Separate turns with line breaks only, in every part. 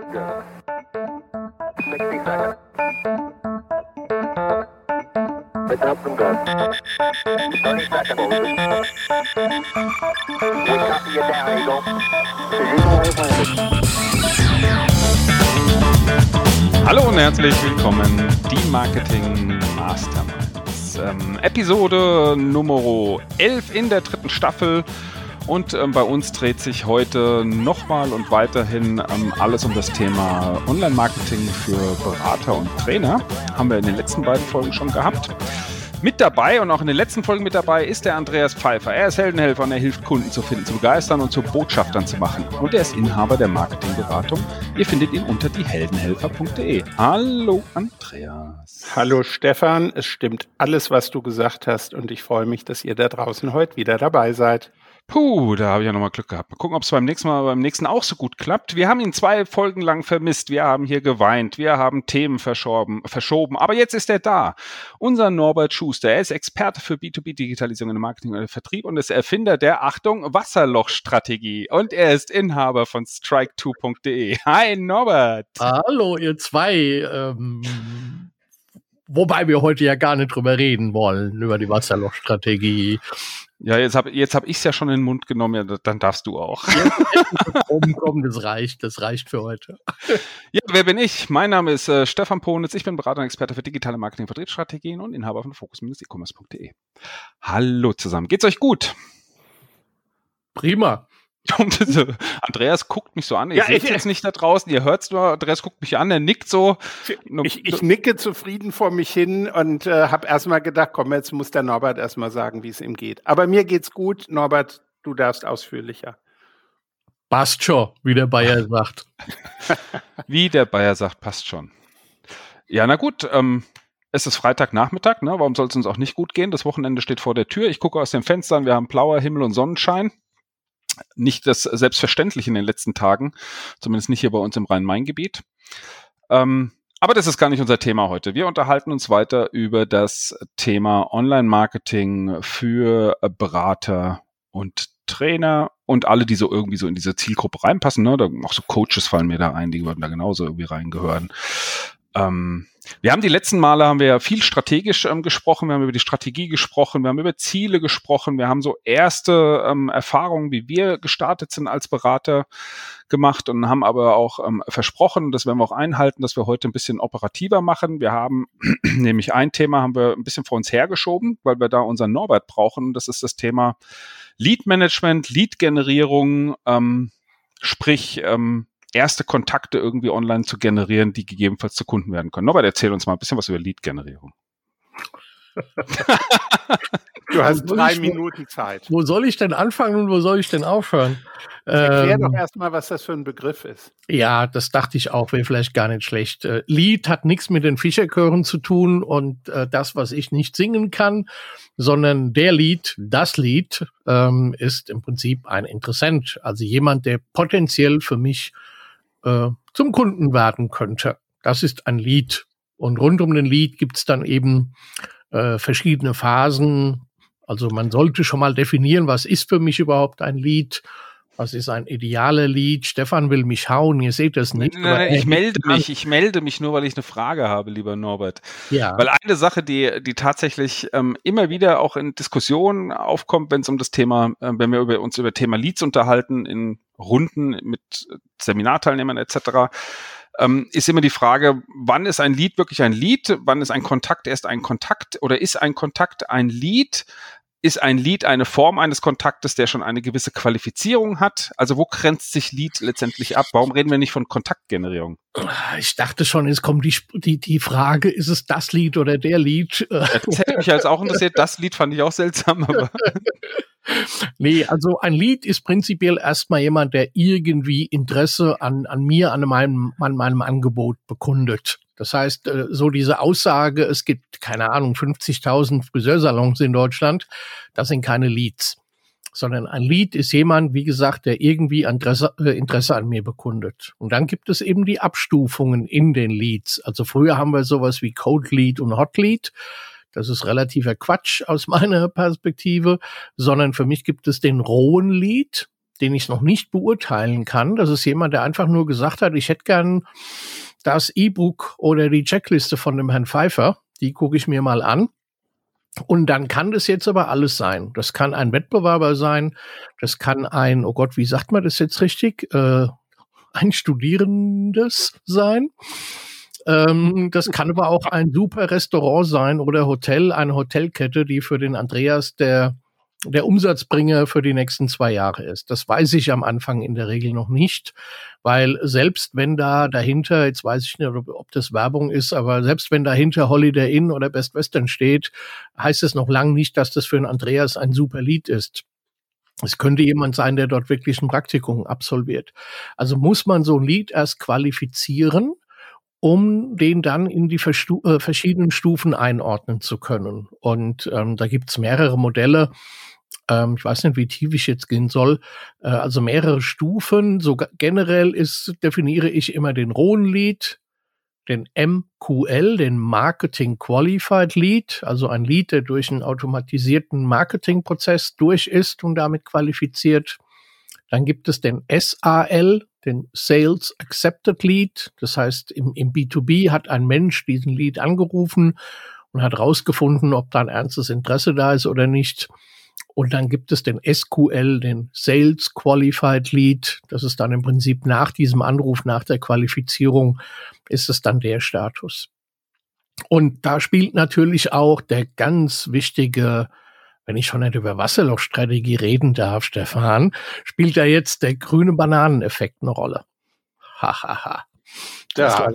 Good. 60 seconds. Pick up from good. 30 seconds. We copy you down, Eagle.
Hallo und herzlich willkommen, die Marketing Masterminds. Episode Nummer 11 in der 3. Staffel. Und bei uns dreht sich heute nochmal und weiterhin alles um das Thema Online-Marketing für Berater und Trainer. Haben wir in den letzten beiden Folgen schon gehabt. Mit dabei und auch in den letzten Folgen mit dabei ist der Andreas Pfeiffer. Er ist Heldenhelfer und er hilft Kunden zu finden, zu begeistern und zu Botschaftern zu machen. Und er ist Inhaber der Marketingberatung. Ihr findet ihn unter dieheldenhelfer.de. Hallo Andreas.
Hallo Stefan, es stimmt alles, was du gesagt hast und ich freue mich, dass ihr da draußen heute wieder dabei seid.
Puh, da habe ich ja nochmal Glück gehabt. Mal gucken, ob es beim nächsten auch so gut klappt. Wir haben ihn 2 Folgen lang vermisst. Wir haben hier geweint. Wir haben Themen verschoben. Aber jetzt ist er da. Unser Norbert Schuster. Er ist Experte für B2B-Digitalisierung im Marketing und Vertrieb und ist Erfinder der, Achtung, Wasserlochstrategie. Und er ist Inhaber von strike2.de. Hi Norbert.
Hallo ihr zwei. Wobei wir heute ja gar nicht drüber reden wollen, über die Wasserlochstrategie.
Ja, jetzt hab ich es ja schon in den Mund genommen, ja, dann darfst du auch.
Komm, das reicht für heute.
Ja, wer bin ich? Mein Name ist Stefan Ponitz, ich bin Berater und Experte für digitale Marketing- und Vertriebsstrategien und Inhaber von focus-ecommerce.de. Hallo zusammen, geht's euch gut?
Prima.
Andreas guckt mich so an, ihr seht jetzt nicht da draußen, ihr hört's nur, Andreas guckt mich an, er nickt so.
Ich nicke zufrieden vor mich hin und habe erstmal gedacht, komm, jetzt muss der Norbert erstmal sagen, wie es ihm geht. Aber mir geht's gut, Norbert, du darfst ausführlicher.
Passt schon, wie der Bayer sagt.
Wie der Bayer sagt, passt schon. Ja, na gut, es ist Freitagnachmittag, ne? Warum soll es uns auch nicht gut gehen? Das Wochenende steht vor der Tür, ich gucke aus den Fenstern, wir haben blauer Himmel und Sonnenschein. Nicht das selbstverständlich in den letzten Tagen, zumindest nicht hier bei uns im Rhein-Main-Gebiet. Aber das ist gar nicht unser Thema heute. Wir unterhalten uns weiter über das Thema Online-Marketing für Berater und Trainer und alle, die so irgendwie so in diese Zielgruppe reinpassen. Ne? Da, auch so Coaches fallen mir da ein, die würden da genauso irgendwie reingehören. Wir haben die letzten Male haben wir ja viel strategisch gesprochen, wir haben über die Strategie gesprochen, wir haben über Ziele gesprochen, wir haben so erste Erfahrungen, wie wir gestartet sind als Berater gemacht und haben aber auch versprochen, das werden wir auch einhalten, dass wir heute ein bisschen operativer machen. Wir haben nämlich ein Thema haben wir ein bisschen vor uns hergeschoben, weil wir da unseren Norbert brauchen. Das ist das Thema Lead Management, Lead Generierung, sprich erste Kontakte irgendwie online zu generieren, die gegebenenfalls zu Kunden werden können. Norbert, erzähl uns mal ein bisschen was über Lead-Generierung.
Du hast 3 Minuten Zeit.
Wo soll ich denn anfangen und wo soll ich denn aufhören?
Erklär doch erstmal, was das für ein Begriff ist.
Ja, das dachte ich auch, wäre vielleicht gar nicht schlecht. Lied hat nichts mit den Fischerchören zu tun und das, was ich nicht singen kann, sondern das Lied, ist im Prinzip ein Interessent. Also jemand, der potenziell für mich zum Kunden werden könnte. Das ist ein Lead. Und rund um den Lead gibt's dann eben verschiedene Phasen. Also man sollte schon mal definieren, was ist für mich überhaupt ein Lead? Was ist ein idealer Lead? Stefan will mich hauen, ihr seht das nicht.
Nein, ich melde mich nur, weil ich eine Frage habe, lieber Norbert.
Ja.
Weil eine Sache, die tatsächlich immer wieder auch in Diskussionen aufkommt, wenn es um das Thema, wenn wir uns über Thema Leads unterhalten, in Runden mit Seminarteilnehmern etc., ist immer die Frage, wann ist ein Lead wirklich ein Lead? Wann ist ein Kontakt erst ein Kontakt? Oder ist ein Kontakt ein Lead? Ist ein Lead eine Form eines Kontaktes, der schon eine gewisse Qualifizierung hat? Also wo grenzt sich Lead letztendlich ab? Warum reden wir nicht von Kontaktgenerierung?
Ich dachte schon, es kommt die Frage, ist es das Lied oder der Lied?
Das hätte mich jetzt auch interessiert. Das Lied fand ich auch seltsam, aber...
Nee, also ein Lead ist prinzipiell erstmal jemand, der irgendwie Interesse an mir, an meinem Angebot bekundet. Das heißt, so diese Aussage, es gibt, keine Ahnung, 50.000 Friseursalons in Deutschland, das sind keine Leads. Sondern ein Lead ist jemand, wie gesagt, der irgendwie Interesse an mir bekundet. Und dann gibt es eben die Abstufungen in den Leads. Also früher haben wir sowas wie Cold Lead und Hot Lead. Das ist relativer Quatsch aus meiner Perspektive, sondern für mich gibt es den rohen Lead. den ich noch nicht beurteilen kann. Das ist jemand, der einfach nur gesagt hat, ich hätte gern das E-Book oder die Checkliste von dem Herrn Pfeiffer. Die gucke ich mir mal an. Und dann kann das jetzt aber alles sein. Das kann ein Wettbewerber sein. Das kann ein, oh Gott, wie sagt man das jetzt richtig? Ein Studierendes sein. Das kann aber auch ein super Restaurant sein oder Hotel, eine Hotelkette, die für den Andreas der Umsatzbringer für die nächsten 2 Jahre ist. Das weiß ich am Anfang in der Regel noch nicht, weil selbst wenn da dahinter, jetzt weiß ich nicht, ob das Werbung ist, aber selbst wenn dahinter Holiday Inn oder Best Western steht, heißt es noch lange nicht, dass das für einen Andreas ein super Lied ist. Es könnte jemand sein, der dort wirklich ein Praktikum absolviert. Also muss man so ein Lied erst qualifizieren, um den dann in die verschiedenen Stufen einordnen zu können. Und da gibt's mehrere Modelle. Ich weiß nicht, wie tief ich jetzt gehen soll. Also mehrere Stufen. So generell definiere ich immer den rohen Lead, den MQL, den Marketing Qualified Lead, also ein Lead, der durch einen automatisierten Marketingprozess durch ist und damit qualifiziert. Dann gibt es den SAL, den Sales Accepted Lead. Das heißt, im B2B hat ein Mensch diesen Lead angerufen und hat rausgefunden, ob da ein ernstes Interesse da ist oder nicht. Und dann gibt es den SQL, den Sales Qualified Lead. Das ist dann im Prinzip nach diesem Anruf, nach der Qualifizierung, ist es dann der Status. Und da spielt natürlich auch der ganz wichtige, wenn ich schon nicht über Wasserlochstrategie reden darf, Stefan, spielt da jetzt der grüne Bananeneffekt eine Rolle. Hahaha.
Ja,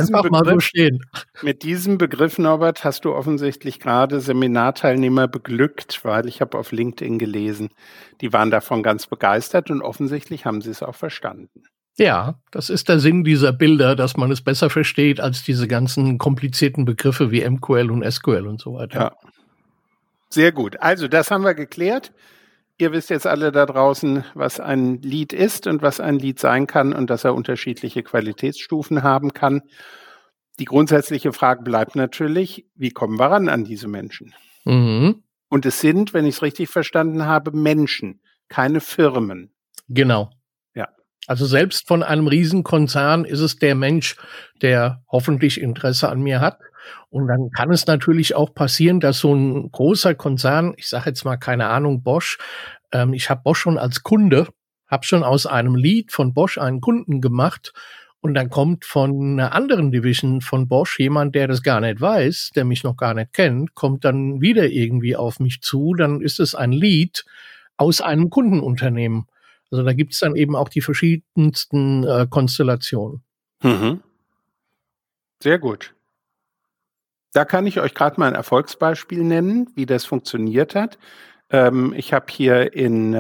mit diesem Begriff, Norbert, hast du offensichtlich gerade Seminarteilnehmer beglückt, weil ich habe auf LinkedIn gelesen, die waren davon ganz begeistert und offensichtlich haben sie es auch verstanden.
Ja, das ist der Sinn dieser Bilder, dass man es besser versteht als diese ganzen komplizierten Begriffe wie MQL und SQL und so weiter.
Ja. Sehr gut. Also, das haben wir geklärt. Ihr wisst jetzt alle da draußen, was ein Lead ist und was ein Lead sein kann und dass er unterschiedliche Qualitätsstufen haben kann. Die grundsätzliche Frage bleibt natürlich, wie kommen wir ran an diese Menschen?
Mhm.
Und es sind, wenn ich es richtig verstanden habe, Menschen, keine Firmen.
Genau.
Ja.
Also selbst von einem Riesenkonzern ist es der Mensch, der hoffentlich Interesse an mir hat. Und dann kann es natürlich auch passieren, dass so ein großer Konzern, ich sage jetzt mal, keine Ahnung, Bosch, ich habe Bosch schon als Kunde, habe schon aus einem Lead von Bosch einen Kunden gemacht und dann kommt von einer anderen Division von Bosch jemand, der das gar nicht weiß, der mich noch gar nicht kennt, kommt dann wieder irgendwie auf mich zu, dann ist es ein Lead aus einem Kundenunternehmen. Also da gibt es dann eben auch die verschiedensten Konstellationen.
Mhm. Sehr gut. Da kann ich euch gerade mal ein Erfolgsbeispiel nennen, wie das funktioniert hat. Ich habe hier in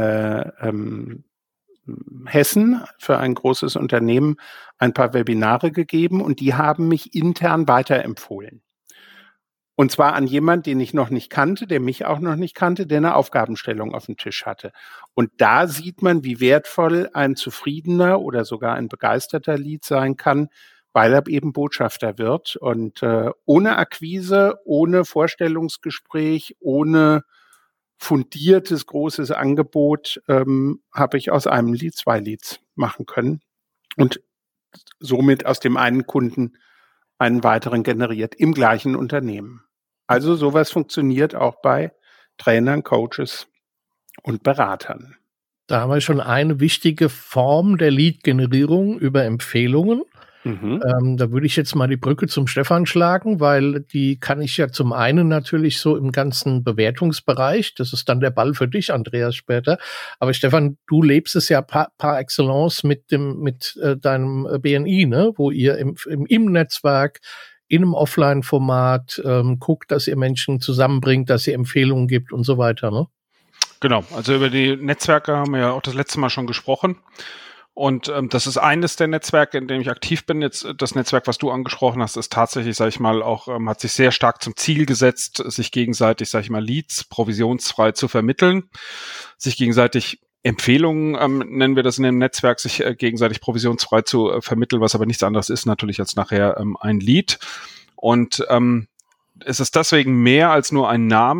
Hessen für ein großes Unternehmen ein paar Webinare gegeben und die haben mich intern weiterempfohlen. Und zwar an jemand, den ich noch nicht kannte, der mich auch noch nicht kannte, der eine Aufgabenstellung auf dem Tisch hatte. Und da sieht man, wie wertvoll ein zufriedener oder sogar ein begeisterter Lead sein kann, weil er eben Botschafter wird. Und ohne Akquise, ohne Vorstellungsgespräch, ohne fundiertes, großes Angebot habe ich aus einem Lead 2 Leads machen können und somit aus dem einen Kunden einen weiteren generiert im gleichen Unternehmen. Also sowas funktioniert auch bei Trainern, Coaches und Beratern.
Da haben wir schon eine wichtige Form der Lead-Generierung über Empfehlungen. Da würde ich jetzt mal die Brücke zum Stefan schlagen, weil die kann ich ja zum einen natürlich so im ganzen Bewertungsbereich, das ist dann der Ball für dich, Andreas, später. Aber Stefan, du lebst es ja par excellence mit deinem BNI, ne, wo ihr im Netzwerk, in einem Offline-Format guckt, dass ihr Menschen zusammenbringt, dass ihr Empfehlungen gibt und so weiter, ne?
Genau, also über die Netzwerke haben wir ja auch das letzte Mal schon gesprochen. Und das ist eines der Netzwerke, in dem ich aktiv bin. Jetzt das Netzwerk, was du angesprochen hast, ist tatsächlich, sage ich mal, auch hat sich sehr stark zum Ziel gesetzt, sich gegenseitig, sage ich mal, Leads provisionsfrei zu vermitteln, sich gegenseitig Empfehlungen, nennen wir das in dem Netzwerk, sich gegenseitig provisionsfrei zu vermitteln, was aber nichts anderes ist natürlich als nachher ein Lead. Und es ist deswegen mehr als nur ein Name.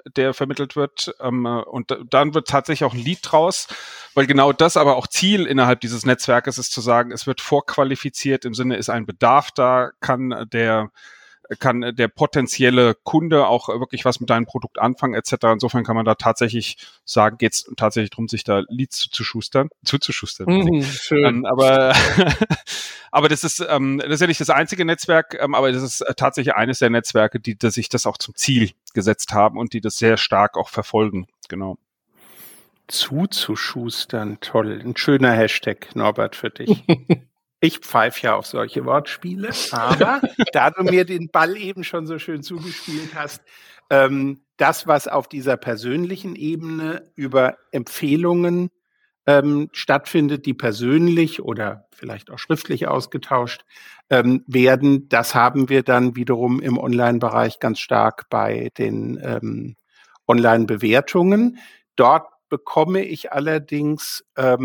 der vermittelt wird. Und dann wird tatsächlich auch ein Lead draus, weil genau das aber auch Ziel innerhalb dieses Netzwerkes ist, zu sagen, es wird vorqualifiziert, im Sinne, ist ein Bedarf da, kann der potenzielle Kunde auch wirklich was mit deinem Produkt anfangen, etc. Insofern kann man da tatsächlich sagen, geht es tatsächlich darum, sich da Leads zuzuschustern.
Schön.
Aber das ist ja nicht das einzige Netzwerk, aber das ist tatsächlich eines der Netzwerke, die sich das auch zum Ziel gesetzt haben und die das sehr stark auch verfolgen. Genau.
Zuzuschustern, toll. Ein schöner Hashtag, Norbert, für dich. Ich pfeife ja auf solche Wortspiele, aber da du mir den Ball eben schon so schön zugespielt hast, das, was auf dieser persönlichen Ebene über Empfehlungen stattfindet, die persönlich oder vielleicht auch schriftlich ausgetauscht werden, das haben wir dann wiederum im Online-Bereich ganz stark bei den Online-Bewertungen. Dort bekomme ich allerdings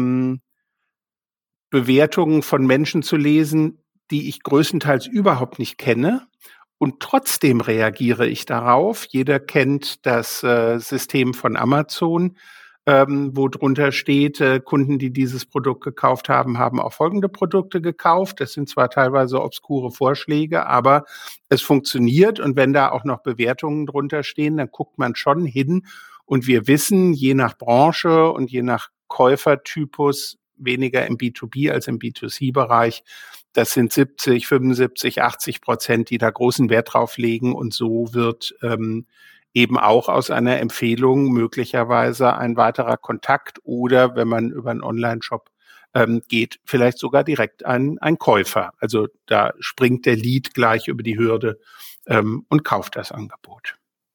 Bewertungen von Menschen zu lesen, die ich größtenteils überhaupt nicht kenne. Und trotzdem reagiere ich darauf. Jeder kennt das System von Amazon, wo drunter steht, Kunden, die dieses Produkt gekauft haben, haben auch folgende Produkte gekauft. Das sind zwar teilweise obskure Vorschläge, aber es funktioniert. Und wenn da auch noch Bewertungen drunter stehen, dann guckt man schon hin. Und wir wissen, je nach Branche und je nach Käufertypus, weniger im B2B als im B2C-Bereich. Das sind 70, 75, 80%, die da großen Wert drauf legen. Und so wird eben auch aus einer Empfehlung möglicherweise ein weiterer Kontakt oder, wenn man über einen Online-Shop geht, vielleicht sogar direkt ein Käufer. Also da springt der Lead gleich über die Hürde und kauft das Angebot.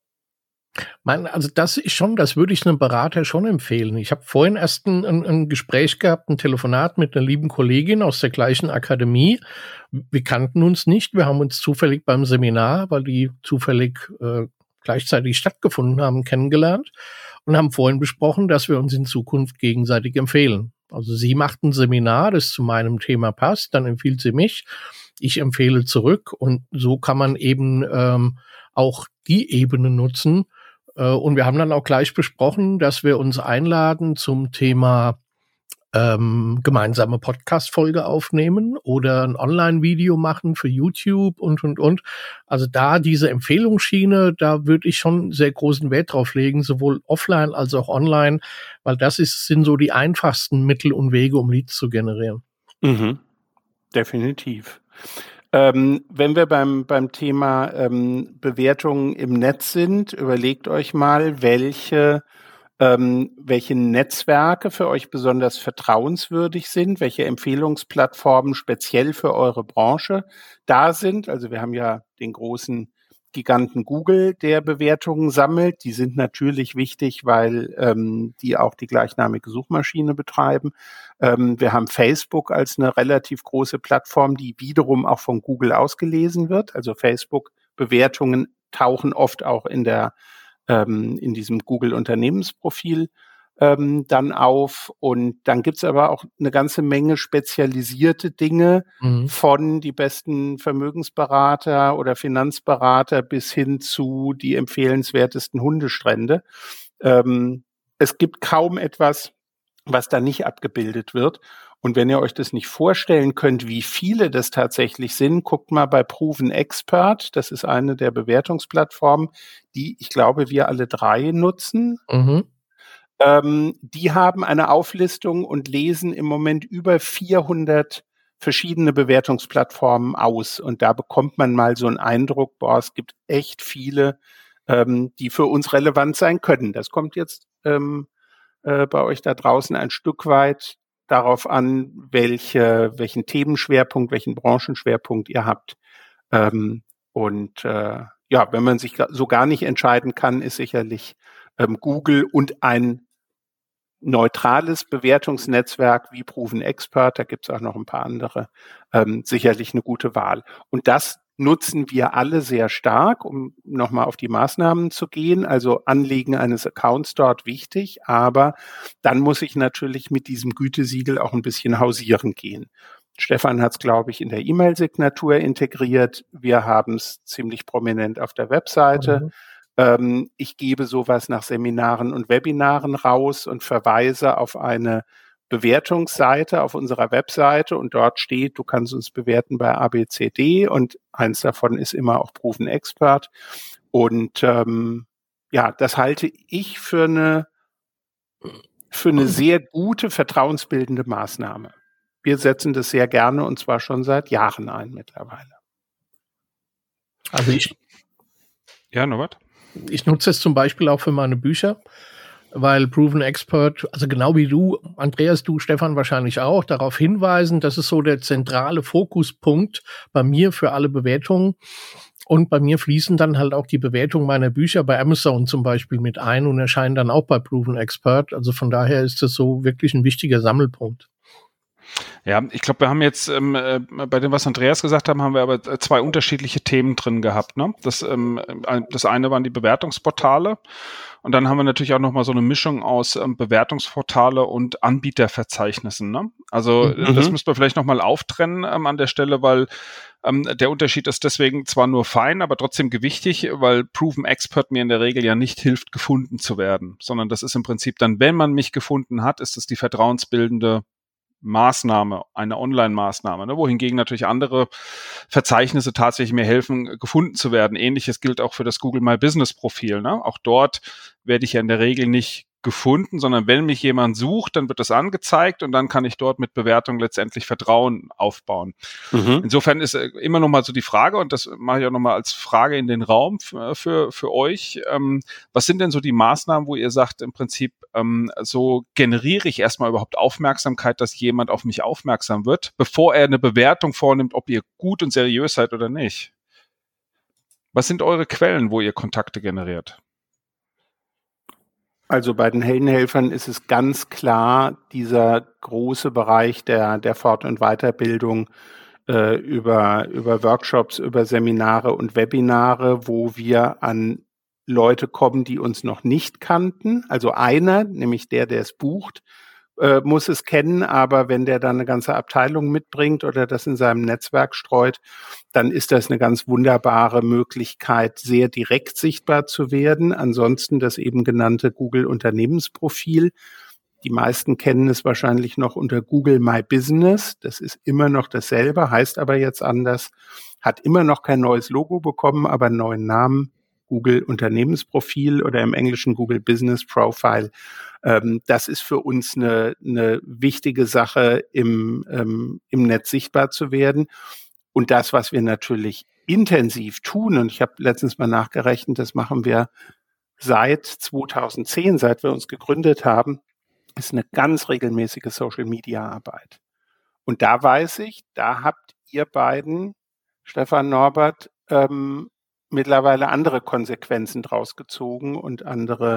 Also das ist schon, das würde ich einem Berater schon empfehlen. Ich habe vorhin erst ein Gespräch gehabt, ein Telefonat mit einer lieben Kollegin aus der gleichen Akademie. Wir kannten uns nicht, wir haben uns zufällig beim Seminar, weil die zufällig gleichzeitig stattgefunden haben, kennengelernt und haben vorhin besprochen, dass wir uns in Zukunft gegenseitig empfehlen. Also sie macht ein Seminar, das zu meinem Thema passt, dann empfiehlt sie mich, ich empfehle zurück und so kann man eben auch die Ebene nutzen. Und wir haben dann auch gleich besprochen, dass wir uns einladen zum Thema gemeinsame Podcast-Folge aufnehmen oder ein Online-Video machen für YouTube und. Also da diese Empfehlungsschiene, da würde ich schon sehr großen Wert drauf legen, sowohl offline als auch online, weil das sind so die einfachsten Mittel und Wege, um Leads zu generieren.
Mhm. Definitiv. Wenn wir beim Thema Bewertungen im Netz sind, überlegt euch mal, welche Netzwerke für euch besonders vertrauenswürdig sind, welche Empfehlungsplattformen speziell für eure Branche da sind. Also wir haben ja den großen Giganten Google, der Bewertungen sammelt. Die sind natürlich wichtig, weil die auch die gleichnamige Suchmaschine betreiben. Wir haben Facebook als eine relativ große Plattform, die wiederum auch von Google ausgelesen wird. Also Facebook-Bewertungen tauchen oft auch in diesem Google-Unternehmensprofil dann auf. Und dann gibt's aber auch eine ganze Menge spezialisierte Dinge von die besten Vermögensberater oder Finanzberater bis hin zu die empfehlenswertesten Hundestrände. Es gibt kaum etwas, was da nicht abgebildet wird. Und wenn ihr euch das nicht vorstellen könnt, wie viele das tatsächlich sind, guckt mal bei Proven Expert. Das ist eine der Bewertungsplattformen, die, ich glaube, wir alle drei nutzen. Die haben eine Auflistung und lesen im Moment über 400 verschiedene Bewertungsplattformen aus. Und da bekommt man mal so einen Eindruck, es gibt echt viele, die für uns relevant sein können. Das kommt jetzt bei euch da draußen ein Stück weit darauf an, welchen Themenschwerpunkt, welchen Branchenschwerpunkt ihr habt. Wenn man sich so gar nicht entscheiden kann, ist sicherlich Google und ein neutrales Bewertungsnetzwerk wie Proven Expert, da gibt es auch noch ein paar andere, sicherlich eine gute Wahl. Und das nutzen wir alle sehr stark, um nochmal auf die Maßnahmen zu gehen. Also Anlegen eines Accounts dort wichtig, aber dann muss ich natürlich mit diesem Gütesiegel auch ein bisschen hausieren gehen. Stefan hat es, glaube ich, in der E-Mail-Signatur integriert. Wir haben es ziemlich prominent auf der Webseite. Ich gebe sowas nach Seminaren und Webinaren raus und verweise auf eine Bewertungsseite auf unserer Webseite und dort steht, du kannst uns bewerten bei ABCD und eins davon ist immer auch Proven Expert. Und das halte ich für eine sehr gute, vertrauensbildende Maßnahme. Wir setzen das sehr gerne und zwar schon seit Jahren ein mittlerweile.
Also
Ja, Norbert?
Ich nutze es zum Beispiel auch für meine Bücher, weil Proven Expert, also genau wie du, Andreas, du, Stefan wahrscheinlich auch, darauf hinweisen, das ist so der zentrale Fokuspunkt bei mir für alle Bewertungen. Und bei mir fließen dann halt auch die Bewertungen meiner Bücher bei Amazon zum Beispiel mit ein und erscheinen dann auch bei Proven Expert. Also von daher ist das so wirklich ein wichtiger Sammelpunkt.
Ja, ich glaube, wir haben jetzt bei dem, was Andreas gesagt haben, haben wir aber zwei unterschiedliche Themen drin gehabt. Ne? Das eine waren die Bewertungsportale und dann haben wir natürlich auch nochmal so eine Mischung aus Bewertungsportale und Anbieterverzeichnissen. Ne? Also das müssen wir vielleicht nochmal auftrennen an der Stelle, weil der Unterschied ist deswegen zwar nur fein, aber trotzdem gewichtig, weil Proven Expert mir in der Regel ja nicht hilft, gefunden zu werden, sondern das ist im Prinzip dann, wenn man mich gefunden hat, ist es die vertrauensbildende Maßnahme, eine Online-Maßnahme, ne? Wohingegen natürlich andere Verzeichnisse tatsächlich mir helfen, gefunden zu werden. Ähnliches gilt auch für das Google My Business Profil. Ne? Auch dort werde ich ja in der Regel nicht gefunden, sondern wenn mich jemand sucht, dann wird das angezeigt und dann kann ich dort mit Bewertung letztendlich Vertrauen aufbauen. Insofern ist immer noch mal so die Frage, und das mache ich auch noch mal als Frage in den Raum für euch, was sind denn so die Maßnahmen, wo ihr sagt, im Prinzip so generiere ich erstmal überhaupt Aufmerksamkeit, dass jemand auf mich aufmerksam wird, bevor er eine Bewertung vornimmt, ob ihr gut und seriös seid oder nicht? Was sind eure Quellen, wo ihr Kontakte generiert?
Also bei den Heldenhelfern ist es ganz klar dieser große Bereich der Fort- und Weiterbildung über Workshops, über Seminare und Webinare, wo wir an Leute kommen, die uns noch nicht kannten. Also einer, nämlich der es bucht, muss es kennen, aber wenn der dann eine ganze Abteilung mitbringt oder das in seinem Netzwerk streut, dann ist das eine ganz wunderbare Möglichkeit, sehr direkt sichtbar zu werden. Ansonsten das eben genannte Google Unternehmensprofil. Die meisten kennen es wahrscheinlich noch unter Google My Business. Das ist immer noch dasselbe, heißt aber jetzt anders, hat immer noch kein neues Logo bekommen, aber einen neuen Namen. Google Unternehmensprofil oder im Englischen Google Business Profile. Das ist für uns eine wichtige Sache, im Netz sichtbar zu werden. Und das, was wir natürlich intensiv tun, und ich habe letztens mal nachgerechnet, das machen wir seit 2010, seit wir uns gegründet haben, ist eine ganz regelmäßige Social-Media-Arbeit. Und da weiß ich, da habt ihr beiden, Stefan, Norbert, mittlerweile andere Konsequenzen draus gezogen und andere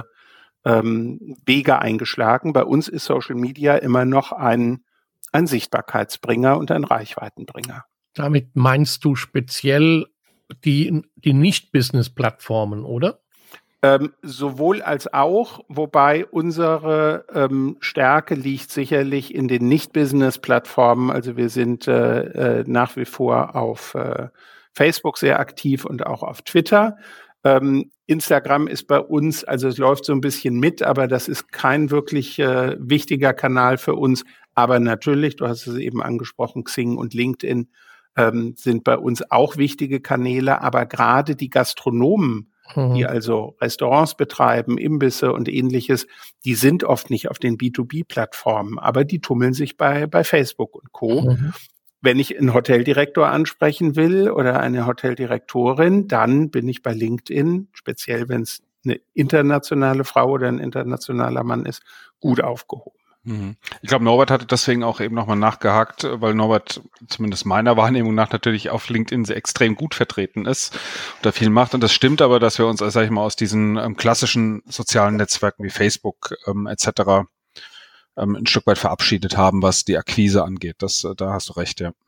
Wege eingeschlagen. Bei uns ist Social Media immer noch ein Sichtbarkeitsbringer und ein Reichweitenbringer.
Damit meinst du speziell die Nicht-Business-Plattformen, oder?
Sowohl als auch, wobei unsere Stärke liegt sicherlich in den Nicht-Business-Plattformen. Also wir sind nach wie vor auf Facebook sehr aktiv und auch auf Twitter. Instagram ist bei uns, also es läuft so ein bisschen mit, aber das ist kein wirklich wichtiger Kanal für uns. Aber natürlich, du hast es eben angesprochen, Xing und LinkedIn sind bei uns auch wichtige Kanäle. Aber gerade die Gastronomen, die also Restaurants betreiben, Imbisse und Ähnliches, die sind oft nicht auf den B2B-Plattformen, aber die tummeln sich bei Facebook und Co. Wenn ich einen Hoteldirektor ansprechen will oder eine Hoteldirektorin, dann bin ich bei LinkedIn, speziell wenn es eine internationale Frau oder ein internationaler Mann ist, gut aufgehoben.
Ich glaube, Norbert hatte deswegen auch eben nochmal nachgehakt, weil Norbert zumindest meiner Wahrnehmung nach natürlich auf LinkedIn sehr extrem gut vertreten ist und da viel macht. Und das stimmt aber, dass wir uns, sag ich mal, aus diesen klassischen sozialen Netzwerken wie Facebook etc. Ein Stück weit verabschiedet haben, was die Akquise angeht. Da hast du recht, ja.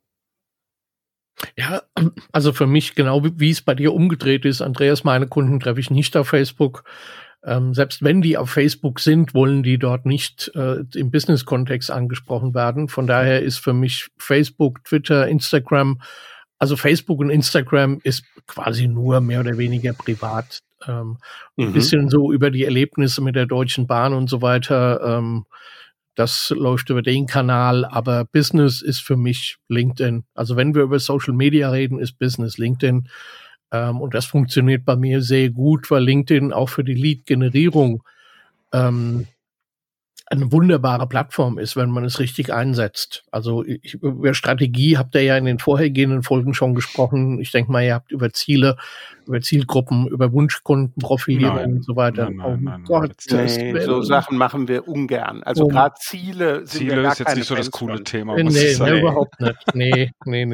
Ja, also für mich genau wie es bei dir umgedreht ist, Andreas, meine Kunden treffe ich nicht auf Facebook. Selbst wenn die auf Facebook sind, wollen die dort nicht im Business-Kontext angesprochen werden. Von daher ist für mich Facebook, Twitter, Instagram, also Facebook und Instagram ist quasi nur mehr oder weniger privat. Ein bisschen so über die Erlebnisse mit der Deutschen Bahn und so weiter. Das läuft über den Kanal, aber Business ist für mich LinkedIn. Also wenn wir über Social Media reden, ist Business LinkedIn. Und das funktioniert bei mir sehr gut, weil LinkedIn auch für die Lead-Generierung eine wunderbare Plattform ist, wenn man es richtig einsetzt. Also über Strategie habt ihr ja in den vorhergehenden Folgen schon gesprochen. Ich denke mal, ihr habt über Ziele, über Zielgruppen, über Wunschkundenprofilierung und so weiter.
Nein.
Nee, so Sachen machen wir ungern. Also gerade Ziele sind
Ziele
gar
ist jetzt
keine
nicht so das
Fans
coole
von.
Thema, muss ich
Nee,
sagen.
überhaupt nicht. Nee.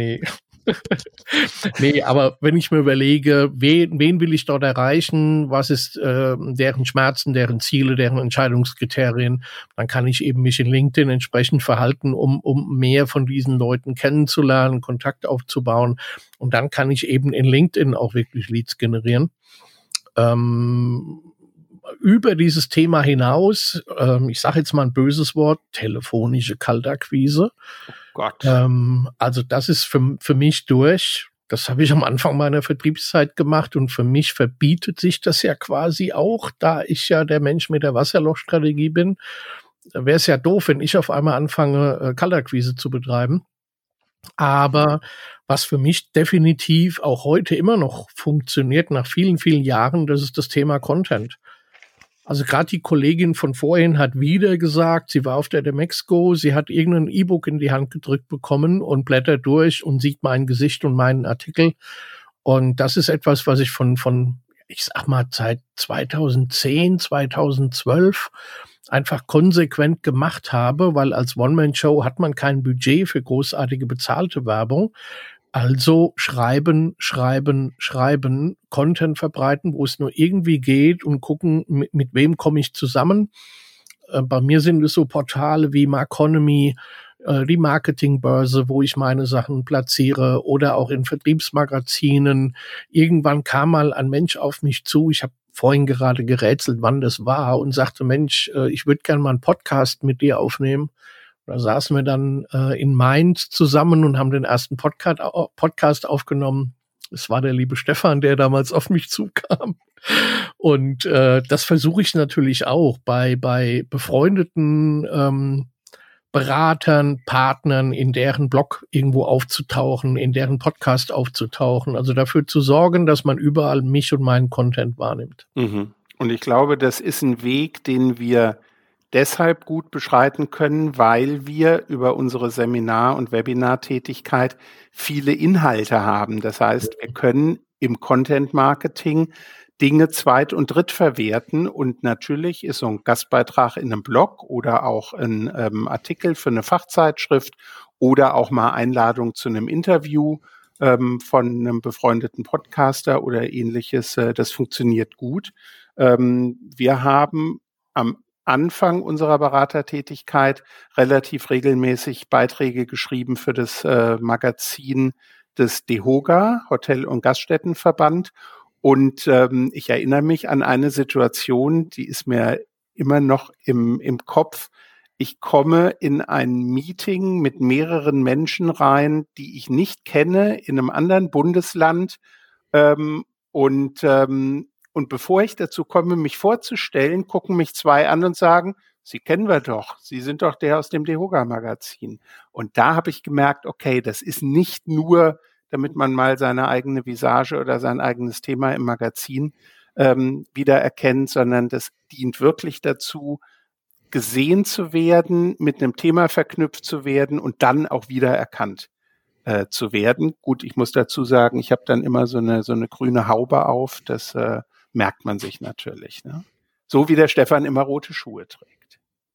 Nee, aber wenn ich mir überlege, wen will ich dort erreichen, was ist deren Schmerzen, deren Ziele, deren Entscheidungskriterien, dann kann ich eben mich in LinkedIn entsprechend verhalten, um mehr von diesen Leuten kennenzulernen, Kontakt aufzubauen. Und dann kann ich eben in LinkedIn auch wirklich Leads generieren. Über dieses Thema hinaus, ich sage jetzt mal ein böses Wort, telefonische Kaltakquise.
Gott.
Also das ist für mich durch. Das habe ich am Anfang meiner Vertriebszeit gemacht und für mich verbietet sich das ja quasi auch, da ich ja der Mensch mit der Wasserlochstrategie bin. Wäre es ja doof, wenn ich auf einmal anfange, Kaltakquise zu betreiben. Aber was für mich definitiv auch heute immer noch funktioniert, nach vielen, vielen Jahren, das ist das Thema Content. Also gerade die Kollegin von vorhin hat wieder gesagt, sie war auf der Demexco, sie hat irgendein E-Book in die Hand gedrückt bekommen und blättert durch und sieht mein Gesicht und meinen Artikel. Und das ist etwas, was ich von ich sag mal, seit 2010, 2012 einfach konsequent gemacht habe, weil als One-Man-Show hat man kein Budget für großartige bezahlte Werbung. Also schreiben, Content verbreiten, wo es nur irgendwie geht und gucken, mit wem komme ich zusammen. Bei mir sind es so Portale wie Marconomy, die Marketingbörse, wo ich meine Sachen platziere oder auch in Vertriebsmagazinen. Irgendwann kam mal ein Mensch auf mich zu, ich habe vorhin gerade gerätselt, wann das war und sagte, Mensch, ich würde gerne mal einen Podcast mit dir aufnehmen. Da saßen wir dann in Mainz zusammen und haben den ersten Podcast aufgenommen. Es war der liebe Stefan, der damals auf mich zukam. Und das versuche ich natürlich auch bei befreundeten Beratern, Partnern, in deren Blog irgendwo aufzutauchen, in deren Podcast aufzutauchen. Also dafür zu sorgen, dass man überall mich und meinen Content wahrnimmt.
Und ich glaube, das ist ein Weg, den wir deshalb gut beschreiten können, weil wir über unsere Seminar- und Webinartätigkeit viele Inhalte haben. Das heißt, wir können im Content-Marketing Dinge zweit- und drittverwerten und natürlich ist so ein Gastbeitrag in einem Blog oder auch ein Artikel für eine Fachzeitschrift oder auch mal Einladung zu einem Interview von einem befreundeten Podcaster oder ähnliches, das funktioniert gut. Wir haben am Anfang unserer Beratertätigkeit relativ regelmäßig Beiträge geschrieben für das Magazin des DEHOGA, Hotel- und Gaststättenverband. Und ich erinnere mich an eine Situation, die ist mir immer noch im Kopf. Ich komme in ein Meeting mit mehreren Menschen rein, die ich nicht kenne, in einem anderen Bundesland. Und bevor ich dazu komme, mich vorzustellen, gucken mich zwei an und sagen, Sie kennen wir doch, Sie sind doch der aus dem DEHOGA-Magazin. Und da habe ich gemerkt, okay, das ist nicht nur, damit man mal seine eigene Visage oder sein eigenes Thema im Magazin wiedererkennt, sondern das dient wirklich dazu, gesehen zu werden, mit einem Thema verknüpft zu werden und dann auch wiedererkannt zu werden. Gut, ich muss dazu sagen, ich habe dann immer so eine grüne Haube auf, das merkt man sich natürlich. Ne? So wie der Stefan immer rote Schuhe trägt.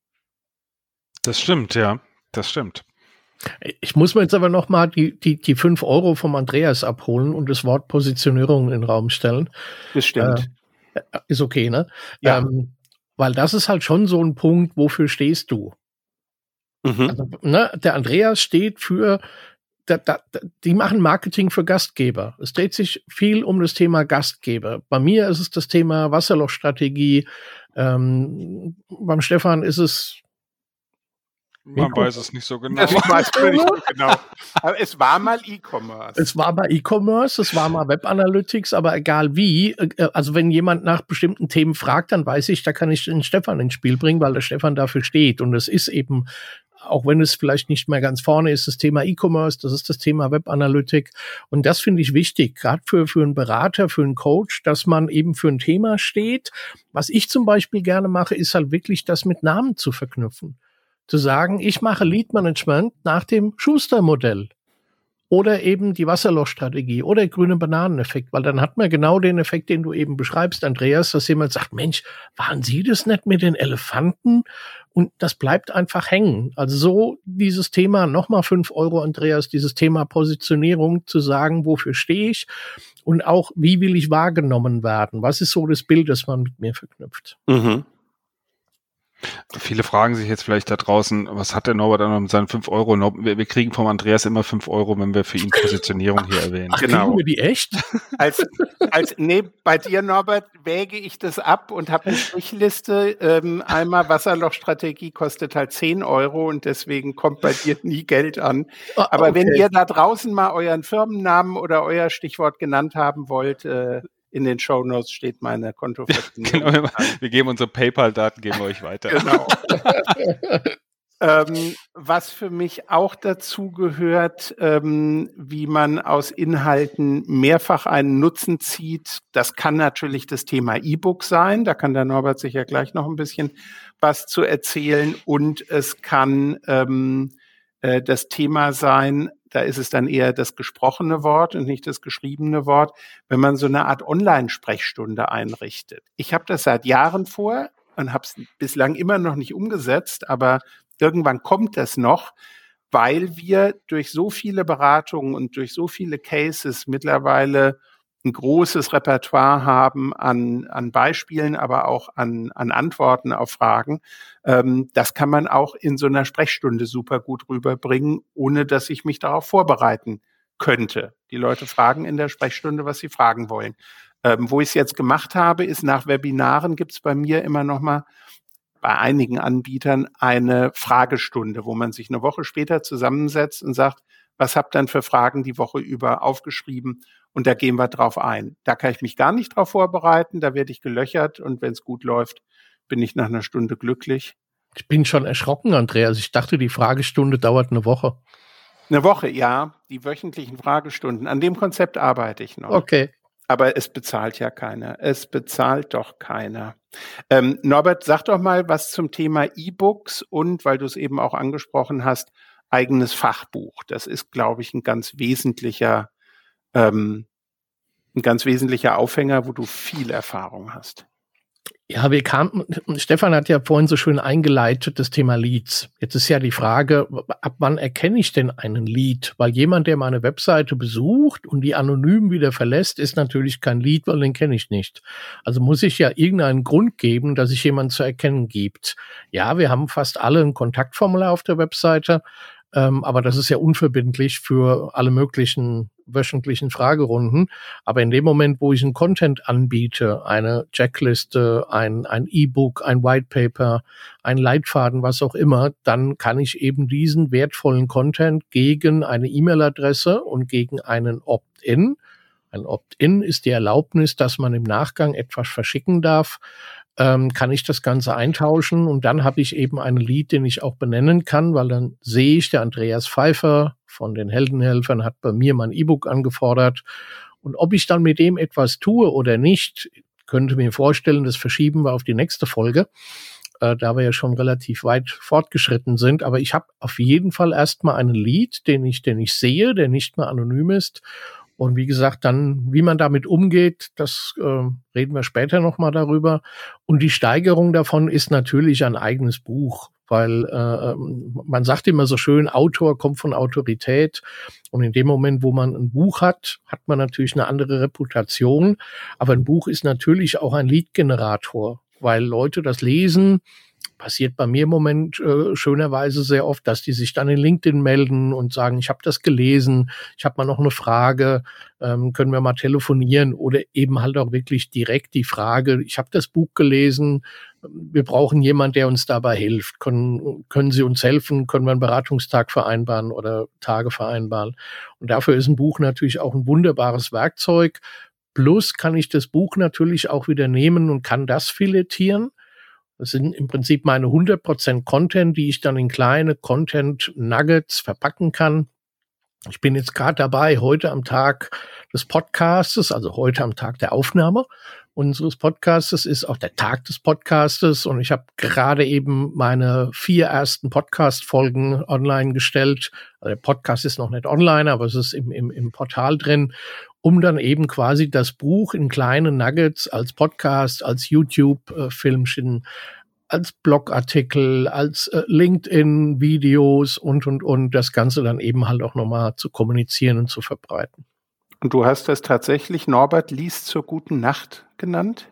Das stimmt, ja, das stimmt.
Ich muss mir jetzt aber noch mal die 5 Euro vom Andreas abholen und das Wort Positionierung in den Raum stellen.
Das stimmt.
Ist okay, ne?
Ja.
Weil das ist halt schon so ein Punkt, wofür stehst du? Also, ne, der Andreas steht für, die machen Marketing für Gastgeber. Es dreht sich viel um das Thema Gastgeber. Bei mir ist es das Thema Wasserlochstrategie. Beim Stefan ist es
Man weiß es nicht so genau.
Das weiß man nicht so genau. Aber es war mal E-Commerce.
Es war mal E-Commerce, es war mal Web Analytics, aber egal wie, also wenn jemand nach bestimmten Themen fragt, dann weiß ich, da kann ich den Stefan ins Spiel bringen, weil der Stefan dafür steht. Und es ist eben, auch wenn es vielleicht nicht mehr ganz vorne ist, das Thema E-Commerce, das ist das Thema Web Analytik. Und das finde ich wichtig, gerade für einen Berater, für einen Coach, dass man eben für ein Thema steht. Was ich zum Beispiel gerne mache, ist halt wirklich das mit Namen zu verknüpfen. Zu sagen, ich mache Lead Management nach dem Schuster-Modell oder eben die Wasserlochstrategie oder grüne Bananeneffekt, weil dann hat man genau den Effekt, den du eben beschreibst, Andreas, dass jemand sagt, Mensch, waren Sie das nicht mit den Elefanten? Und das bleibt einfach hängen. Also so dieses Thema, nochmal 5 €, Andreas, dieses Thema Positionierung, zu sagen, wofür stehe ich und auch, wie will ich wahrgenommen werden? Was ist so das Bild, das man mit mir verknüpft?
Mhm.
Viele fragen sich jetzt vielleicht da draußen, was hat der Norbert dann mit seinen 5 €? Wir kriegen vom Andreas immer 5 €, wenn wir für ihn Positionierung hier erwähnen.
Ach, kriegen wir die echt?
Nee, bei dir, Norbert, wäge ich das ab und habe eine Strichliste. Einmal Wasserlochstrategie kostet halt 10 € und deswegen kommt bei dir nie Geld an. Aber wenn ihr da draußen mal euren Firmennamen oder euer Stichwort genannt haben wollt, in den Shownotes steht meine Kontoverbindung.
Genau, wir geben unsere PayPal-Daten, geben wir euch weiter.
Genau. Was für mich auch dazu gehört, wie man aus Inhalten mehrfach einen Nutzen zieht, das kann natürlich das Thema E-Book sein, da kann der Norbert sicher gleich noch ein bisschen was zu erzählen, und es kann das Thema sein, da ist es dann eher das gesprochene Wort und nicht das geschriebene Wort, wenn man so eine Art Online-Sprechstunde einrichtet. Ich habe das seit Jahren vor und habe es bislang immer noch nicht umgesetzt, aber irgendwann kommt das noch, weil wir durch so viele Beratungen und durch so viele Cases mittlerweile ein großes Repertoire haben an Beispielen, aber auch an Antworten auf Fragen. Das kann man auch in so einer Sprechstunde super gut rüberbringen, ohne dass ich mich darauf vorbereiten könnte. Die Leute fragen in der Sprechstunde, was sie fragen wollen. Wo ich es jetzt gemacht habe, ist, nach Webinaren gibt es bei mir immer noch mal bei einigen Anbietern eine Fragestunde, wo man sich eine Woche später zusammensetzt und sagt, was habt ihr denn für Fragen die Woche über aufgeschrieben? Und da gehen wir drauf ein. Da kann ich mich gar nicht drauf vorbereiten, da werde ich gelöchert, und wenn es gut läuft, bin ich nach einer Stunde glücklich.
Ich bin schon erschrocken, Andreas. Ich dachte, die Fragestunde dauert eine Woche.
Eine Woche, ja, die wöchentlichen Fragestunden. An dem Konzept arbeite ich noch.
Okay.
Aber es bezahlt ja keiner. Es bezahlt doch keiner. Norbert, sag doch mal was zum Thema E-Books und, weil du es eben auch angesprochen hast, eigenes Fachbuch. Das ist, glaube ich, ein ganz wesentlicher Aufhänger, wo du viel Erfahrung hast.
Ja, Stefan hat ja vorhin so schön eingeleitet, das Thema Leads. Jetzt ist ja die Frage, ab wann erkenne ich denn einen Lead? Weil jemand, der meine Webseite besucht und die anonym wieder verlässt, ist natürlich kein Lead, weil den kenne ich nicht. Also muss ich ja irgendeinen Grund geben, dass sich jemand zu erkennen gibt. Ja, wir haben fast alle ein Kontaktformular auf der Webseite, aber das ist ja unverbindlich für alle möglichen wöchentlichen Fragerunden. Aber in dem Moment, wo ich einen Content anbiete, eine Checkliste, ein E-Book, ein White Paper, ein Leitfaden, was auch immer, dann kann ich eben diesen wertvollen Content gegen eine E-Mail-Adresse und gegen einen Opt-in. Ein Opt-in ist die Erlaubnis, dass man im Nachgang etwas verschicken darf, kann ich das Ganze eintauschen, und dann habe ich eben einen Lead, den ich auch benennen kann, weil dann sehe ich, der Andreas Pfeiffer von den Heldenhelfern hat bei mir mein E-Book angefordert, und ob ich dann mit dem etwas tue oder nicht, könnte mir vorstellen, das verschieben wir auf die nächste Folge, da wir ja schon relativ weit fortgeschritten sind, aber ich habe auf jeden Fall erstmal einen Lead, den ich sehe, der nicht mehr anonym ist. Und wie gesagt, dann, wie man damit umgeht, das reden wir später nochmal darüber. Und die Steigerung davon ist natürlich ein eigenes Buch, weil man sagt immer so schön, Autor kommt von Autorität. Und in dem Moment, wo man ein Buch hat, hat man natürlich eine andere Reputation. Aber ein Buch ist natürlich auch ein Lead-Generator, weil Leute das lesen passiert bei mir im Moment schönerweise sehr oft, dass die sich dann in LinkedIn melden und sagen, ich habe das gelesen, ich habe mal noch eine Frage, können wir mal telefonieren, oder eben halt auch wirklich direkt die Frage, ich habe das Buch gelesen, wir brauchen jemanden, der uns dabei hilft. Können Sie uns helfen? Können wir einen Beratungstag vereinbaren oder Tage vereinbaren? Und dafür ist ein Buch natürlich auch ein wunderbares Werkzeug. Plus kann ich das Buch natürlich auch wieder nehmen und kann das filetieren. Das sind im Prinzip meine 100% Content, die ich dann in kleine Content-Nuggets verpacken kann. Ich bin jetzt gerade dabei, heute am Tag des Podcastes, also heute am Tag der Aufnahme unseres Podcastes, ist auch der Tag des Podcastes, und ich habe gerade eben meine 4 ersten Podcast-Folgen online gestellt. Also der Podcast ist noch nicht online, aber es ist im Portal drin, um dann eben quasi das Buch in kleine Nuggets als Podcast, als YouTube-Filmchen, als Blogartikel, als LinkedIn-Videos und das Ganze dann eben halt auch nochmal zu kommunizieren und zu verbreiten.
Und du hast das tatsächlich Norbert liest zur guten Nacht genannt?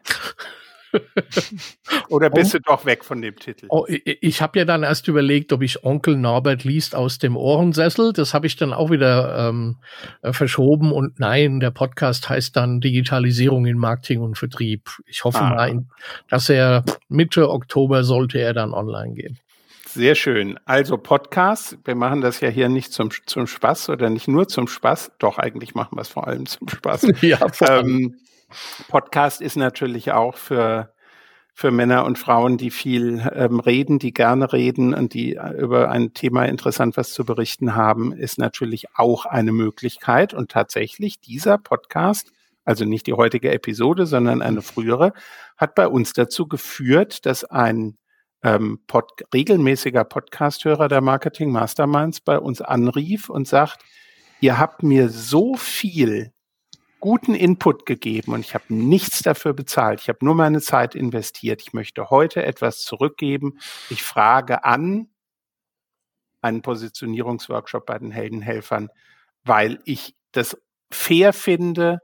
Oder bist du doch weg von dem Titel?
Ich habe ja dann erst überlegt, ob ich Onkel Norbert liest aus dem Ohrensessel. Das habe ich dann auch wieder verschoben. Und nein, der Podcast heißt dann Digitalisierung in Marketing und Vertrieb. Ich hoffe mal, dass er Mitte Oktober sollte er dann online gehen.
Sehr schön. Also Podcast, wir machen das ja hier nicht zum Spaß oder nicht nur zum Spaß. Doch, eigentlich machen wir es vor allem zum Spaß.
Ja, vor allem.
Podcast ist natürlich auch für Männer und Frauen, die viel reden, die gerne reden und die über ein Thema interessant was zu berichten haben, ist natürlich auch eine Möglichkeit. Und tatsächlich dieser Podcast, also nicht die heutige Episode, sondern eine frühere, hat bei uns dazu geführt, dass ein regelmäßiger Podcast-Hörer der Marketing Masterminds bei uns anrief und sagt, ihr habt mir so viel guten Input gegeben und ich habe nichts dafür bezahlt. Ich habe nur meine Zeit investiert. Ich möchte heute etwas zurückgeben. Ich frage an einen Positionierungsworkshop bei den Heldenhelfern, weil ich das fair finde,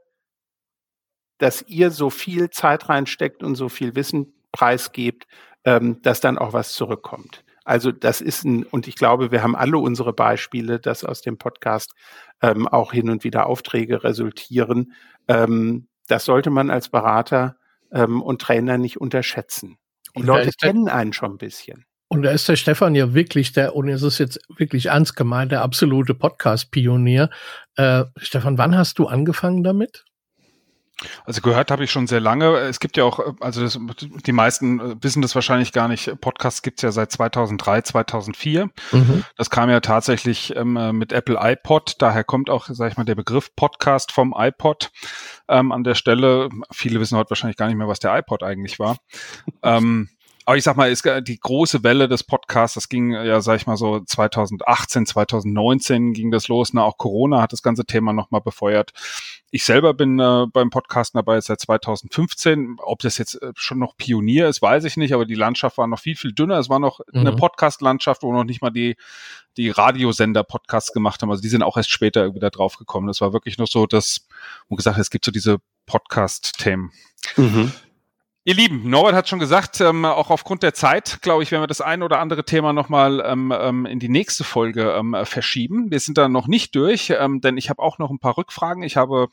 dass ihr so viel Zeit reinsteckt und so viel Wissen preisgebt, dass dann auch was zurückkommt. Also das ist und ich glaube, wir haben alle unsere Beispiele, dass aus dem Podcast auch hin und wieder Aufträge resultieren. Das sollte man als Berater und Trainer nicht unterschätzen. Die Leute kennen einen schon ein bisschen.
Und da ist der Stefan ja wirklich und es ist jetzt wirklich ernst gemeint, der absolute Podcast-Pionier. Stefan, wann hast du angefangen damit?
Also gehört habe ich schon sehr lange. Es gibt ja auch, die meisten wissen das wahrscheinlich gar nicht, Podcasts gibt's ja seit 2003, 2004. Mhm. Das kam ja tatsächlich mit Apple iPod. Daher kommt auch, sag ich mal, der Begriff Podcast vom iPod an der Stelle. Viele wissen heute wahrscheinlich gar nicht mehr, was der iPod eigentlich war. Aber ich sag mal, die große Welle des Podcasts, das ging ja, sag ich mal so 2018, 2019 ging das los. Auch Corona hat das ganze Thema nochmal befeuert. Ich selber bin beim Podcasten dabei seit 2015. Ob das jetzt schon noch Pionier ist, weiß ich nicht, aber die Landschaft war noch viel, viel dünner. Es war noch eine Podcast-Landschaft, wo noch nicht mal die Radiosender Podcasts gemacht haben. Also die sind auch erst später wieder drauf gekommen. Das war wirklich noch so, wo gesagt, es gibt so diese Podcast-Themen. Mhm. Ihr Lieben, Norbert hat schon gesagt, auch aufgrund der Zeit, glaube ich, werden wir das ein oder andere Thema nochmal in die nächste Folge verschieben. Wir sind da noch nicht durch, denn ich habe auch noch ein paar Rückfragen. Ich habe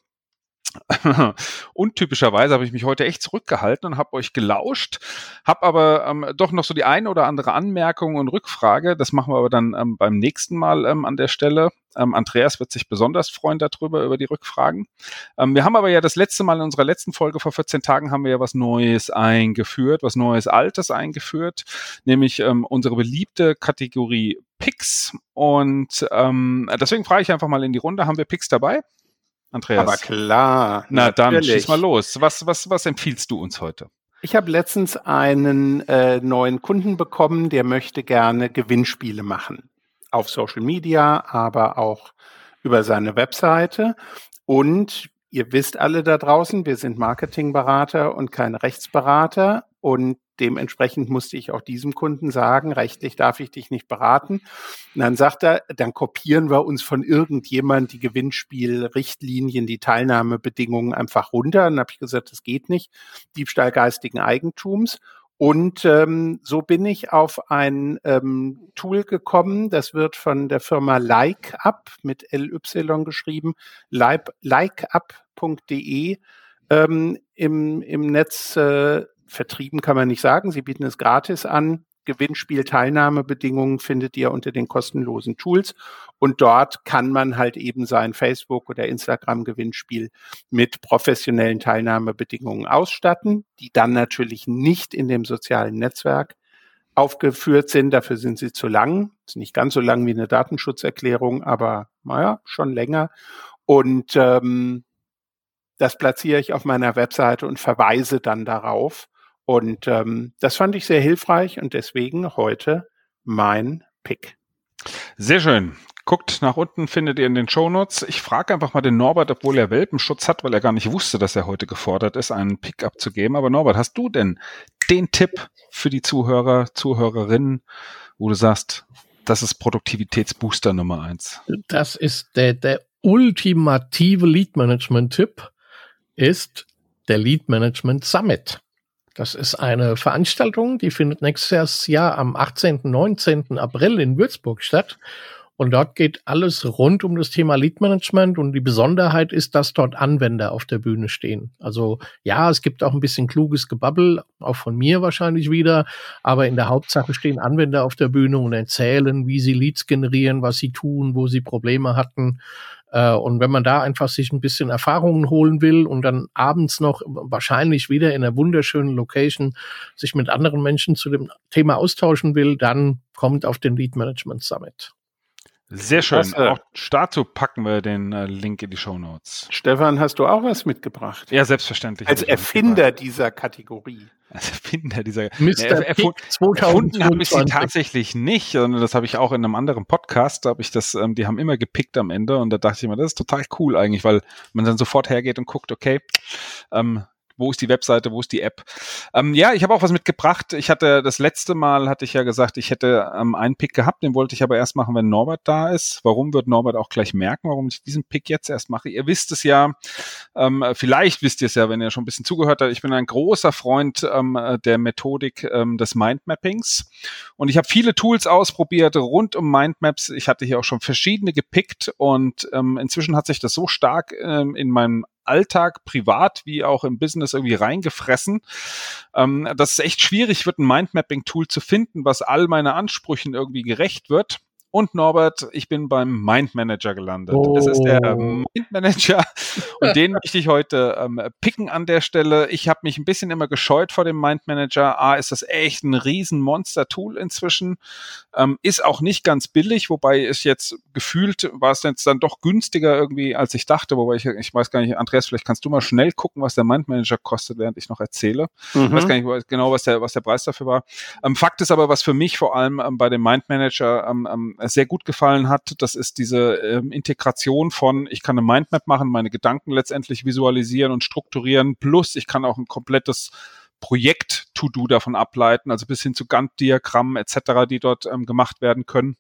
untypischerweise habe ich mich heute echt zurückgehalten und habe euch gelauscht, habe aber doch noch so die eine oder andere Anmerkung und Rückfrage. Das machen wir aber dann beim nächsten Mal an der Stelle. Andreas wird sich besonders freuen darüber, über die Rückfragen. Wir haben aber ja das letzte Mal in unserer letzten Folge vor 14 Tagen haben wir ja was Neues eingeführt, was Neues Altes eingeführt, nämlich unsere beliebte Kategorie Picks. Und deswegen frage ich einfach mal in die Runde, haben wir Picks dabei? Andreas.
Aber klar.
Na dann, schieß mal los. Was empfiehlst du uns heute?
Ich habe letztens einen neuen Kunden bekommen, der möchte gerne Gewinnspiele machen. Auf Social Media, aber auch über seine Webseite. Und ihr wisst alle da draußen, wir sind Marketingberater und keine Rechtsberater. Und dementsprechend musste ich auch diesem Kunden sagen, rechtlich darf ich dich nicht beraten. Und dann sagt er, dann kopieren wir uns von irgendjemand die Gewinnspielrichtlinien, die Teilnahmebedingungen einfach runter. Und dann habe ich gesagt, das geht nicht. Diebstahl geistigen Eigentums. Und so bin ich auf ein Tool gekommen, das wird von der Firma LikeUp mit LY geschrieben, likeup.de im Netz vertrieben kann man nicht sagen, sie bieten es gratis an. Gewinnspiel-Teilnahmebedingungen findet ihr unter den kostenlosen Tools und dort kann man halt eben sein Facebook- oder Instagram-Gewinnspiel mit professionellen Teilnahmebedingungen ausstatten, die dann natürlich nicht in dem sozialen Netzwerk aufgeführt sind. Dafür sind sie zu lang. Ist nicht ganz so lang wie eine Datenschutzerklärung, aber naja, schon länger. Und das platziere ich auf meiner Webseite und verweise dann darauf. Und das fand ich sehr hilfreich und deswegen heute mein Pick.
Sehr schön. Guckt nach unten, findet ihr in den Shownotes. Ich frage einfach mal den Norbert, obwohl er Welpenschutz hat, weil er gar nicht wusste, dass er heute gefordert ist, einen Pick abzugeben. Aber Norbert, hast du denn den Tipp für die Zuhörer, Zuhörerinnen, wo du sagst, das ist Produktivitätsbooster Nummer 1?
Das ist der ultimative Lead-Management-Tipp, ist der Lead-Management Summit. Das ist eine Veranstaltung, die findet nächstes Jahr am 18. 19. April in Würzburg statt. Und dort geht alles rund um das Thema Lead Management. Und die Besonderheit ist, dass dort Anwender auf der Bühne stehen. Also ja, es gibt auch ein bisschen kluges Gebabbel, auch von mir wahrscheinlich wieder. Aber in der Hauptsache stehen Anwender auf der Bühne und erzählen, wie sie Leads generieren, was sie tun, wo sie Probleme hatten. Und wenn man da einfach sich ein bisschen Erfahrungen holen will und dann abends noch wahrscheinlich wieder in einer wunderschönen Location sich mit anderen Menschen zu dem Thema austauschen will, dann kommt auf den Lead Management Summit.
Sehr schön. Auch dazu packen wir den Link in die Shownotes.
Stefan, hast du auch was mitgebracht?
Ja, selbstverständlich.
Als Erfinder dieser Kategorie.
Als Erfinder dieser
erfunden
habe ich sie tatsächlich nicht, sondern das habe ich auch in einem anderen Podcast, da habe ich das, die haben immer gepickt am Ende und da dachte ich mir, das ist total cool eigentlich, weil man dann sofort hergeht und guckt, okay, wo ist die Webseite, wo ist die App? Ja, ich habe auch was mitgebracht. Das letzte Mal hatte ich ja gesagt, ich hätte einen Pick gehabt, den wollte ich aber erst machen, wenn Norbert da ist. Warum, wird Norbert auch gleich merken, warum ich diesen Pick jetzt erst mache. Ihr wisst es ja, vielleicht wisst ihr es ja, wenn ihr schon ein bisschen zugehört habt. Ich bin ein großer Freund der Methodik des Mindmappings und ich habe viele Tools ausprobiert rund um Mindmaps. Ich hatte hier auch schon verschiedene gepickt und inzwischen hat sich das so stark in meinem Alltag, privat wie auch im Business irgendwie reingefressen, dass es echt schwierig wird, ein Mindmapping-Tool zu finden, was all meine Ansprüchen irgendwie gerecht wird. Und Norbert, ich bin beim Mindmanager gelandet. Es ist der Mindmanager und den möchte ich heute picken an der Stelle. Ich habe mich ein bisschen immer gescheut vor dem Mindmanager. Ist das echt ein riesen Monster-Tool inzwischen. Ist auch nicht ganz billig, wobei es jetzt gefühlt war es jetzt dann doch günstiger irgendwie, als ich dachte. Wobei ich weiß gar nicht, Andreas, vielleicht kannst du mal schnell gucken, was der Mindmanager kostet, während ich noch erzähle. Ich weiß gar nicht genau, was der Preis dafür war. Fakt ist aber, was für mich vor allem bei dem Mindmanager sehr gut gefallen hat, das ist diese Integration von, ich kann eine Mindmap machen, meine Gedanken letztendlich visualisieren und strukturieren, plus ich kann auch ein komplettes Projekt-To-Do davon ableiten, also bis hin zu Gantt-Diagrammen etc., die dort gemacht werden können.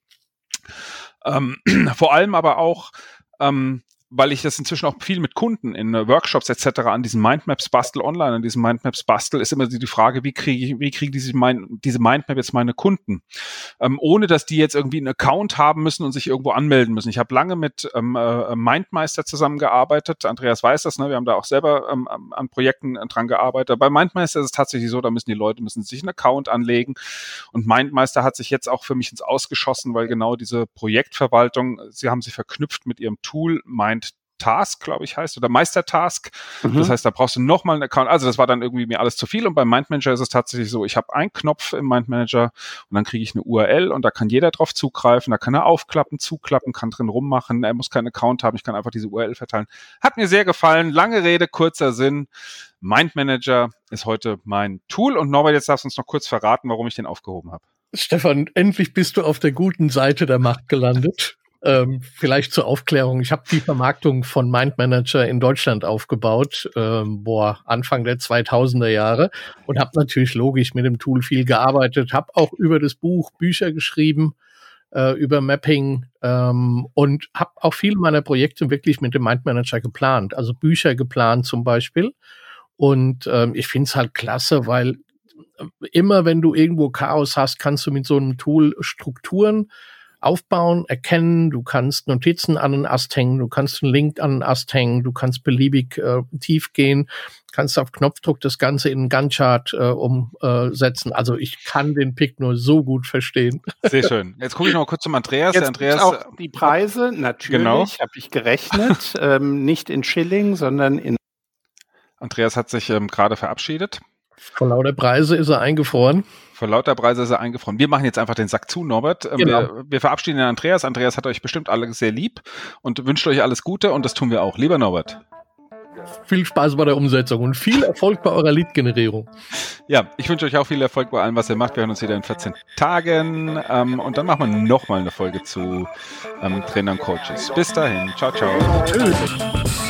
Vor allem aber auch, weil ich das inzwischen auch viel mit Kunden in Workshops etc. an diesen Mindmaps bastel online, an diesen Mindmaps bastel, ist immer die Frage, wie kriegen diese Mindmap jetzt meine Kunden? Ohne, dass die jetzt irgendwie einen Account haben müssen und sich irgendwo anmelden müssen. Ich habe lange mit MindMeister zusammengearbeitet. Andreas weiß das, ne? Wir haben da auch selber an Projekten dran gearbeitet. Bei MindMeister ist es tatsächlich so, da müssen die Leute sich einen Account anlegen. Und MindMeister hat sich jetzt auch für mich ins Ausgeschossen, weil genau diese Projektverwaltung, sie haben sich verknüpft mit ihrem Tool Task, glaube ich, heißt, oder Meistertask. Das heißt, da brauchst du nochmal einen Account. Also das war dann irgendwie mir alles zu viel. Und beim Mindmanager ist es tatsächlich so, ich habe einen Knopf im Mindmanager und dann kriege ich eine URL und da kann jeder drauf zugreifen. Da kann er aufklappen, zuklappen, kann drin rummachen. Er muss keinen Account haben. Ich kann einfach diese URL verteilen. Hat mir sehr gefallen. Lange Rede, kurzer Sinn. Mindmanager ist heute mein Tool. Und Norbert, jetzt darfst du uns noch kurz verraten, warum ich den aufgehoben habe.
Stefan, endlich bist du auf der guten Seite der Macht gelandet. Vielleicht zur Aufklärung. Ich habe die Vermarktung von Mindmanager in Deutschland aufgebaut, Anfang der 2000er Jahre und habe natürlich logisch mit dem Tool viel gearbeitet, habe auch über das Buch Bücher geschrieben, über Mapping und habe auch viele meiner Projekte wirklich mit dem Mindmanager geplant, also Bücher geplant zum Beispiel. Und ich finde es halt klasse, weil immer wenn du irgendwo Chaos hast, kannst du mit so einem Tool Strukturen aufbauen, erkennen, du kannst Notizen an den Ast hängen, du kannst einen Link an den Ast hängen, du kannst beliebig tief gehen, kannst auf Knopfdruck das Ganze in einen Gantt-Chart umsetzen. Also ich kann den Pick nur so gut verstehen.
Sehr schön. Jetzt gucke ich noch mal kurz zum Andreas.
Jetzt
Der Andreas
auch die Preise, natürlich,
Genau.
habe ich gerechnet, nicht in Schilling, sondern in...
Andreas hat sich gerade verabschiedet.
Vor lauter Preise ist er eingefroren.
Vor lauter Preise ist er eingefroren. Wir machen jetzt einfach den Sack zu, Norbert.
Genau.
Wir verabschieden den Andreas. Andreas hat euch bestimmt alle sehr lieb und wünscht euch alles Gute und das tun wir auch. Lieber Norbert.
Viel Spaß bei der Umsetzung und viel Erfolg bei eurer Lead-Generierung.
Ja, ich wünsche euch auch viel Erfolg bei allem, was ihr macht. Wir hören uns wieder in 14 Tagen und dann machen wir nochmal eine Folge zu Trainern und Coaches. Bis dahin. Ciao, ciao.
Tschüss.